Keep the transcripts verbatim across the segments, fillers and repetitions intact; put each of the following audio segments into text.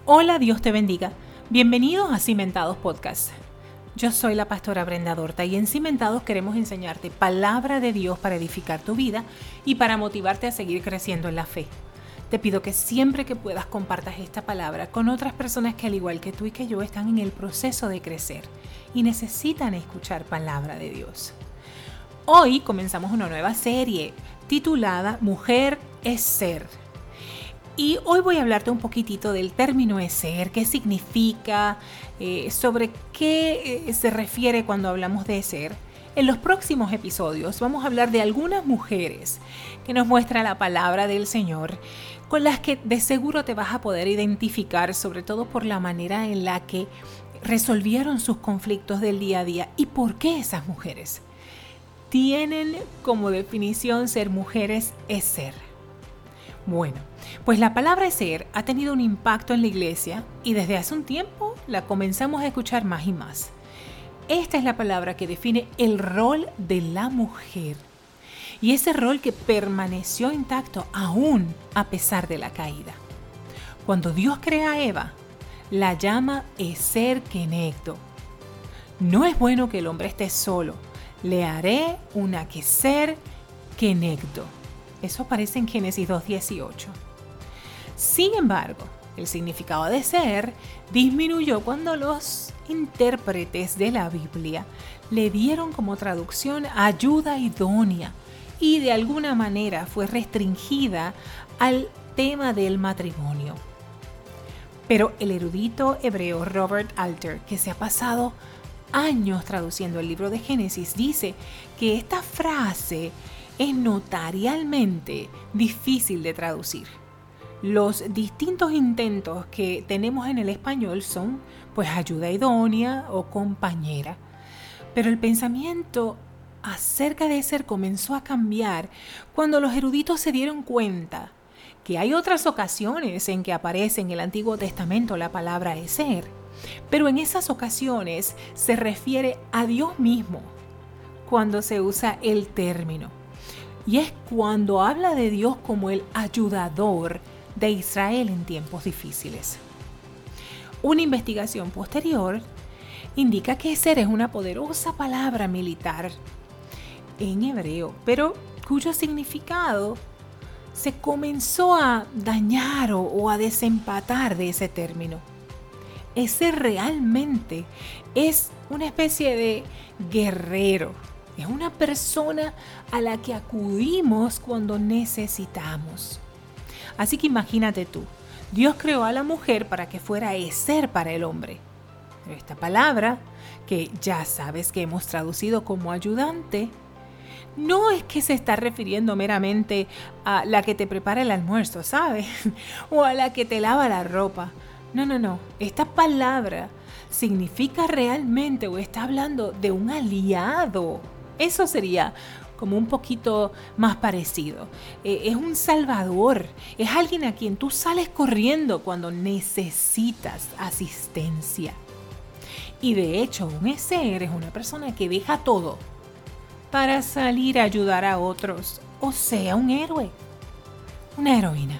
Hola, Dios te bendiga. Bienvenidos a Cimentados Podcast. Yo soy la pastora Brenda Dorta y en Cimentados queremos enseñarte palabra de Dios para edificar tu vida y para motivarte a seguir creciendo en la fe. Te pido que siempre que puedas compartas esta palabra con otras personas que al igual que tú y que yo están en el proceso de crecer y necesitan escuchar palabra de Dios. Hoy comenzamos una nueva serie titulada Mujer es Ser. Y hoy voy a hablarte un poquitito del término es ser, qué significa, eh, sobre qué eh, se refiere cuando hablamos de ser. En los próximos episodios vamos a hablar de algunas mujeres que nos muestra la palabra del Señor, con las que de seguro te vas a poder identificar, sobre todo por la manera en la que resolvieron sus conflictos del día a día y por qué esas mujeres tienen como definición ser mujeres es ser. Bueno, pues la palabra ser ha tenido un impacto en la iglesia y desde hace un tiempo la comenzamos a escuchar más y más. Esta es la palabra que define el rol de la mujer y ese rol que permaneció intacto aún a pesar de la caída. Cuando Dios crea a Eva, la llama Eser Kenegdo. No es bueno que el hombre esté solo, le haré una Keser Kenegdo. Eso aparece en Génesis dos dieciocho. Sin embargo, el significado de ser disminuyó cuando los intérpretes de la Biblia le dieron como traducción ayuda idónea y de alguna manera fue restringida al tema del matrimonio. Pero el erudito hebreo Robert Alter, que se ha pasado años traduciendo el libro de Génesis, dice que esta frase es notarialmente difícil de traducir. Los distintos intentos que tenemos en el español son pues ayuda idónea o compañera. Pero el pensamiento acerca de ser comenzó a cambiar cuando los eruditos se dieron cuenta que hay otras ocasiones en que aparece en el Antiguo Testamento la palabra ser, pero en esas ocasiones se refiere a Dios mismo cuando se usa el término. Y es cuando habla de Dios como el ayudador de Israel en tiempos difíciles. Una investigación posterior indica que ser es una poderosa palabra militar en hebreo, pero cuyo significado se comenzó a dañar o, o a desempatar de ese término. Ese realmente es una especie de guerrero. Es una persona a la que acudimos cuando necesitamos. Así que imagínate tú, Dios creó a la mujer para que fuera ser para el hombre. Pero esta palabra, que ya sabes que hemos traducido como ayudante, no es que se está refiriendo meramente a la que te prepara el almuerzo, ¿sabes? O a la que te lava la ropa. No, no, no. Esta palabra significa realmente o está hablando de un aliado. Eso sería como un poquito más parecido. Eh, es un salvador, es alguien a quien tú sales corriendo cuando necesitas asistencia. Y de hecho, un ser es una persona que deja todo para salir a ayudar a otros, o sea, un héroe, una heroína.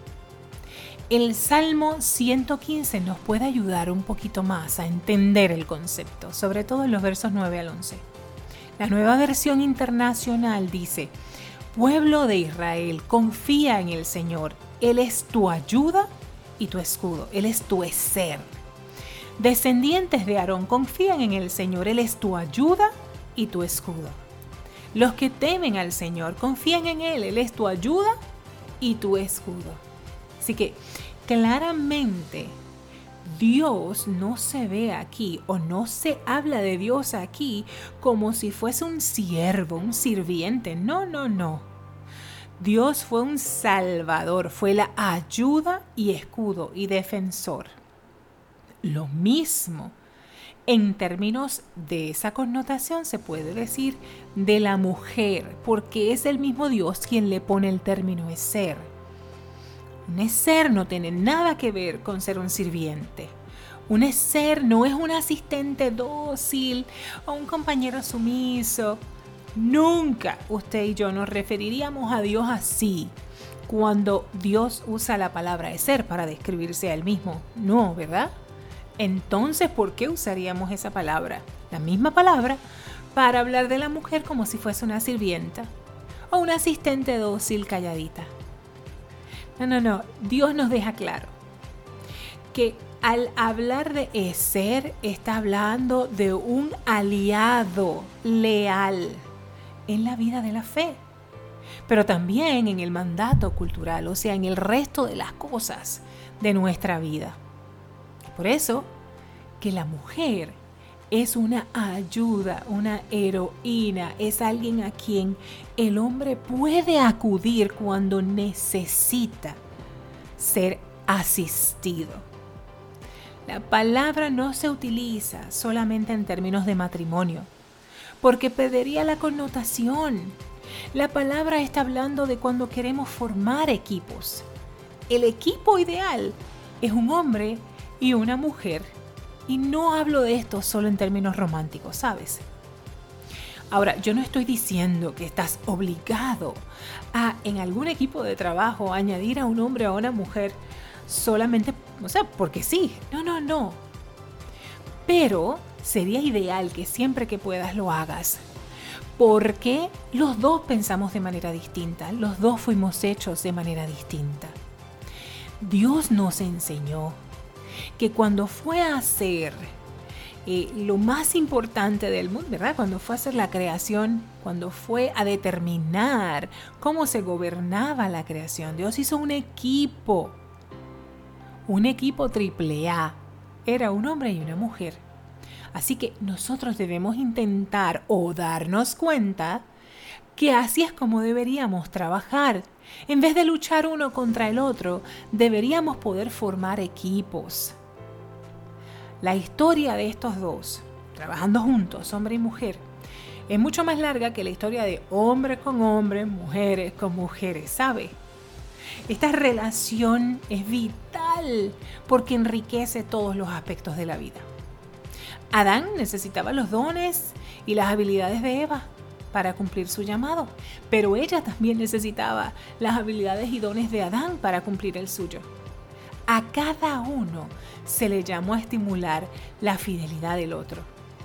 El Salmo ciento quince nos puede ayudar un poquito más a entender el concepto, sobre todo en los versos nueve al once. La Nueva Versión Internacional dice: Pueblo de Israel, confía en el Señor. Él es tu ayuda y tu escudo. Él es tu ser. Descendientes de Aarón, confían en el Señor. Él es tu ayuda y tu escudo. Los que temen al Señor, confían en Él. Él es tu ayuda y tu escudo. Así que claramente Dios no se ve aquí o no se habla de Dios aquí como si fuese un siervo, un sirviente. No, no, no. Dios fue un salvador, fue la ayuda y escudo y defensor. Lo mismo en términos de esa connotación se puede decir de la mujer, porque es el mismo Dios quien le pone el término ser. Un ser no tiene nada que ver con ser un sirviente. Un ser no es un asistente dócil o un compañero sumiso. Nunca usted y yo nos referiríamos a Dios así cuando Dios usa la palabra eser para describirse a Él mismo. No, ¿verdad? Entonces, ¿por qué usaríamos esa palabra? La misma palabra para hablar de la mujer como si fuese una sirvienta o una asistente dócil calladita. No, no, no. Dios nos deja claro que al hablar de eser está hablando de un aliado leal en la vida de la fe, pero también en el mandato cultural, o sea, en el resto de las cosas de nuestra vida. Por eso que la mujer es una ayuda, una heroína, es alguien a quien el hombre puede acudir cuando necesita ser asistido. La palabra no se utiliza solamente en términos de matrimonio, porque perdería la connotación. La palabra está hablando de cuando queremos formar equipos. El equipo ideal es un hombre y una mujer. Y no hablo de esto solo en términos románticos, ¿sabes? Ahora, yo no estoy diciendo que estás obligado a, en algún equipo de trabajo, añadir a un hombre o a una mujer solamente, o sea, porque sí. No, no, no. Pero sería ideal que siempre que puedas lo hagas. Porque los dos pensamos de manera distinta. Los dos fuimos hechos de manera distinta. Dios nos enseñó que cuando fue a hacer eh, lo más importante del mundo, ¿verdad? Cuando fue a hacer la creación, cuando fue a determinar cómo se gobernaba la creación, Dios hizo un equipo, un equipo triple A. Era un hombre y una mujer. Así que nosotros debemos intentar o darnos cuenta que así es como deberíamos trabajar. En vez de luchar uno contra el otro, deberíamos poder formar equipos. La historia de estos dos, trabajando juntos, hombre y mujer, es mucho más larga que la historia de hombres con hombres, mujeres con mujeres, ¿sabe? Esta relación es vital porque enriquece todos los aspectos de la vida. Adán necesitaba los dones y las habilidades de Eva para cumplir su llamado, pero ella también necesitaba las habilidades y dones de Adán para cumplir el suyo. A cada uno se le llamó a estimular la fidelidad del otro.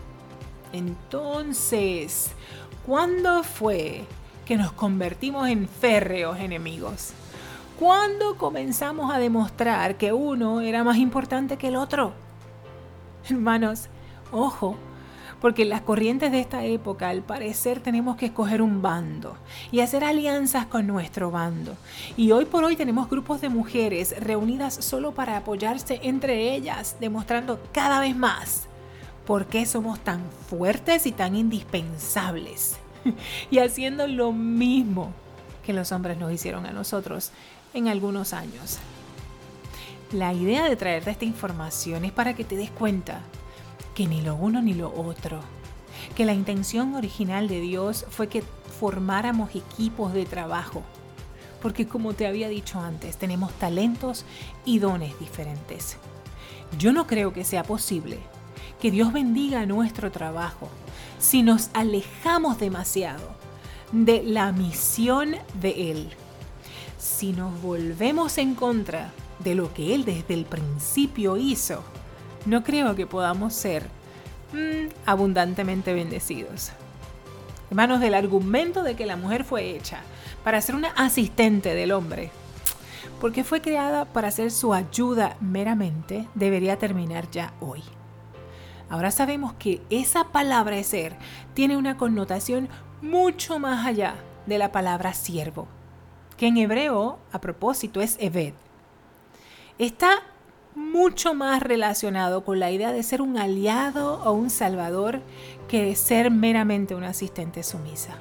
Entonces, ¿cuándo fue que nos convertimos en férreos enemigos? ¿Cuándo comenzamos a demostrar que uno era más importante que el otro? Hermanos, ojo, porque en las corrientes de esta época, al parecer, tenemos que escoger un bando y hacer alianzas con nuestro bando. Y hoy por hoy tenemos grupos de mujeres reunidas solo para apoyarse entre ellas, demostrando cada vez más por qué somos tan fuertes y tan indispensables. Y haciendo lo mismo que los hombres nos hicieron a nosotros en algunos años. La idea de traerte esta información es para que te des cuenta que ni lo uno ni lo otro, que la intención original de Dios fue que formáramos equipos de trabajo, porque como te había dicho antes, tenemos talentos y dones diferentes. Yo no creo que sea posible que Dios bendiga nuestro trabajo si nos alejamos demasiado de la misión de Él, si nos volvemos en contra de lo que Él desde el principio hizo. No creo que podamos ser mmm, abundantemente bendecidos. Hermanos, del argumento de que la mujer fue hecha para ser una asistente del hombre, porque fue creada para ser su ayuda meramente, debería terminar ya hoy. Ahora sabemos que esa palabra ser tiene una connotación mucho más allá de la palabra siervo, que en hebreo, a propósito, es eved. Está mucho más relacionado con la idea de ser un aliado o un salvador que de ser meramente una asistente sumisa.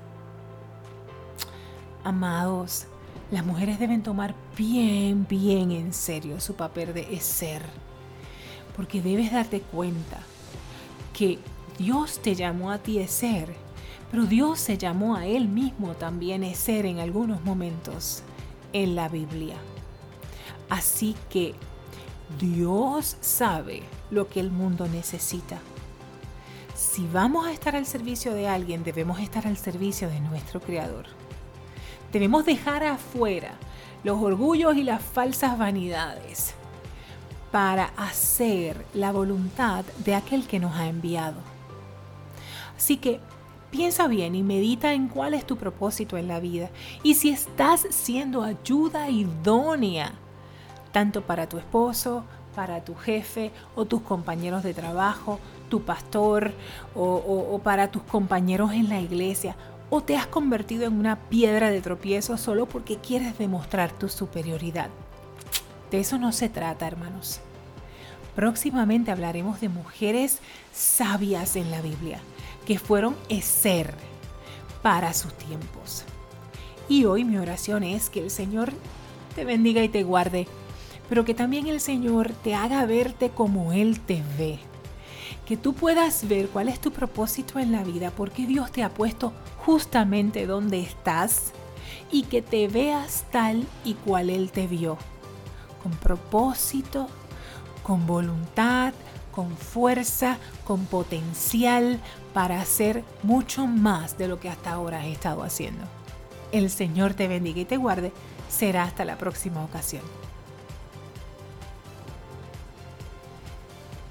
Amados, las mujeres deben tomar bien, bien en serio su papel de eser, porque debes darte cuenta que Dios te llamó a ti eser, pero Dios se llamó a Él mismo también eser en algunos momentos en la Biblia. Así que Dios sabe lo que el mundo necesita. Si vamos a estar al servicio de alguien, debemos estar al servicio de nuestro Creador. Debemos dejar afuera los orgullos y las falsas vanidades para hacer la voluntad de aquel que nos ha enviado. Así que piensa bien y medita en cuál es tu propósito en la vida y si estás siendo ayuda idónea, tanto para tu esposo, para tu jefe o tus compañeros de trabajo, tu pastor o, o, o para tus compañeros en la iglesia, o te has convertido en una piedra de tropiezo solo porque quieres demostrar tu superioridad. De eso no se trata, hermanos. Próximamente hablaremos de mujeres sabias en la Biblia, que fueron Esther para sus tiempos. Y hoy mi oración es que el Señor te bendiga y te guarde, pero que también el Señor te haga verte como Él te ve. Que tú puedas ver cuál es tu propósito en la vida, porque Dios te ha puesto justamente donde estás y que te veas tal y cual Él te vio, con propósito, con voluntad, con fuerza, con potencial para hacer mucho más de lo que hasta ahora has estado haciendo. El Señor te bendiga y te guarde. Será hasta la próxima ocasión.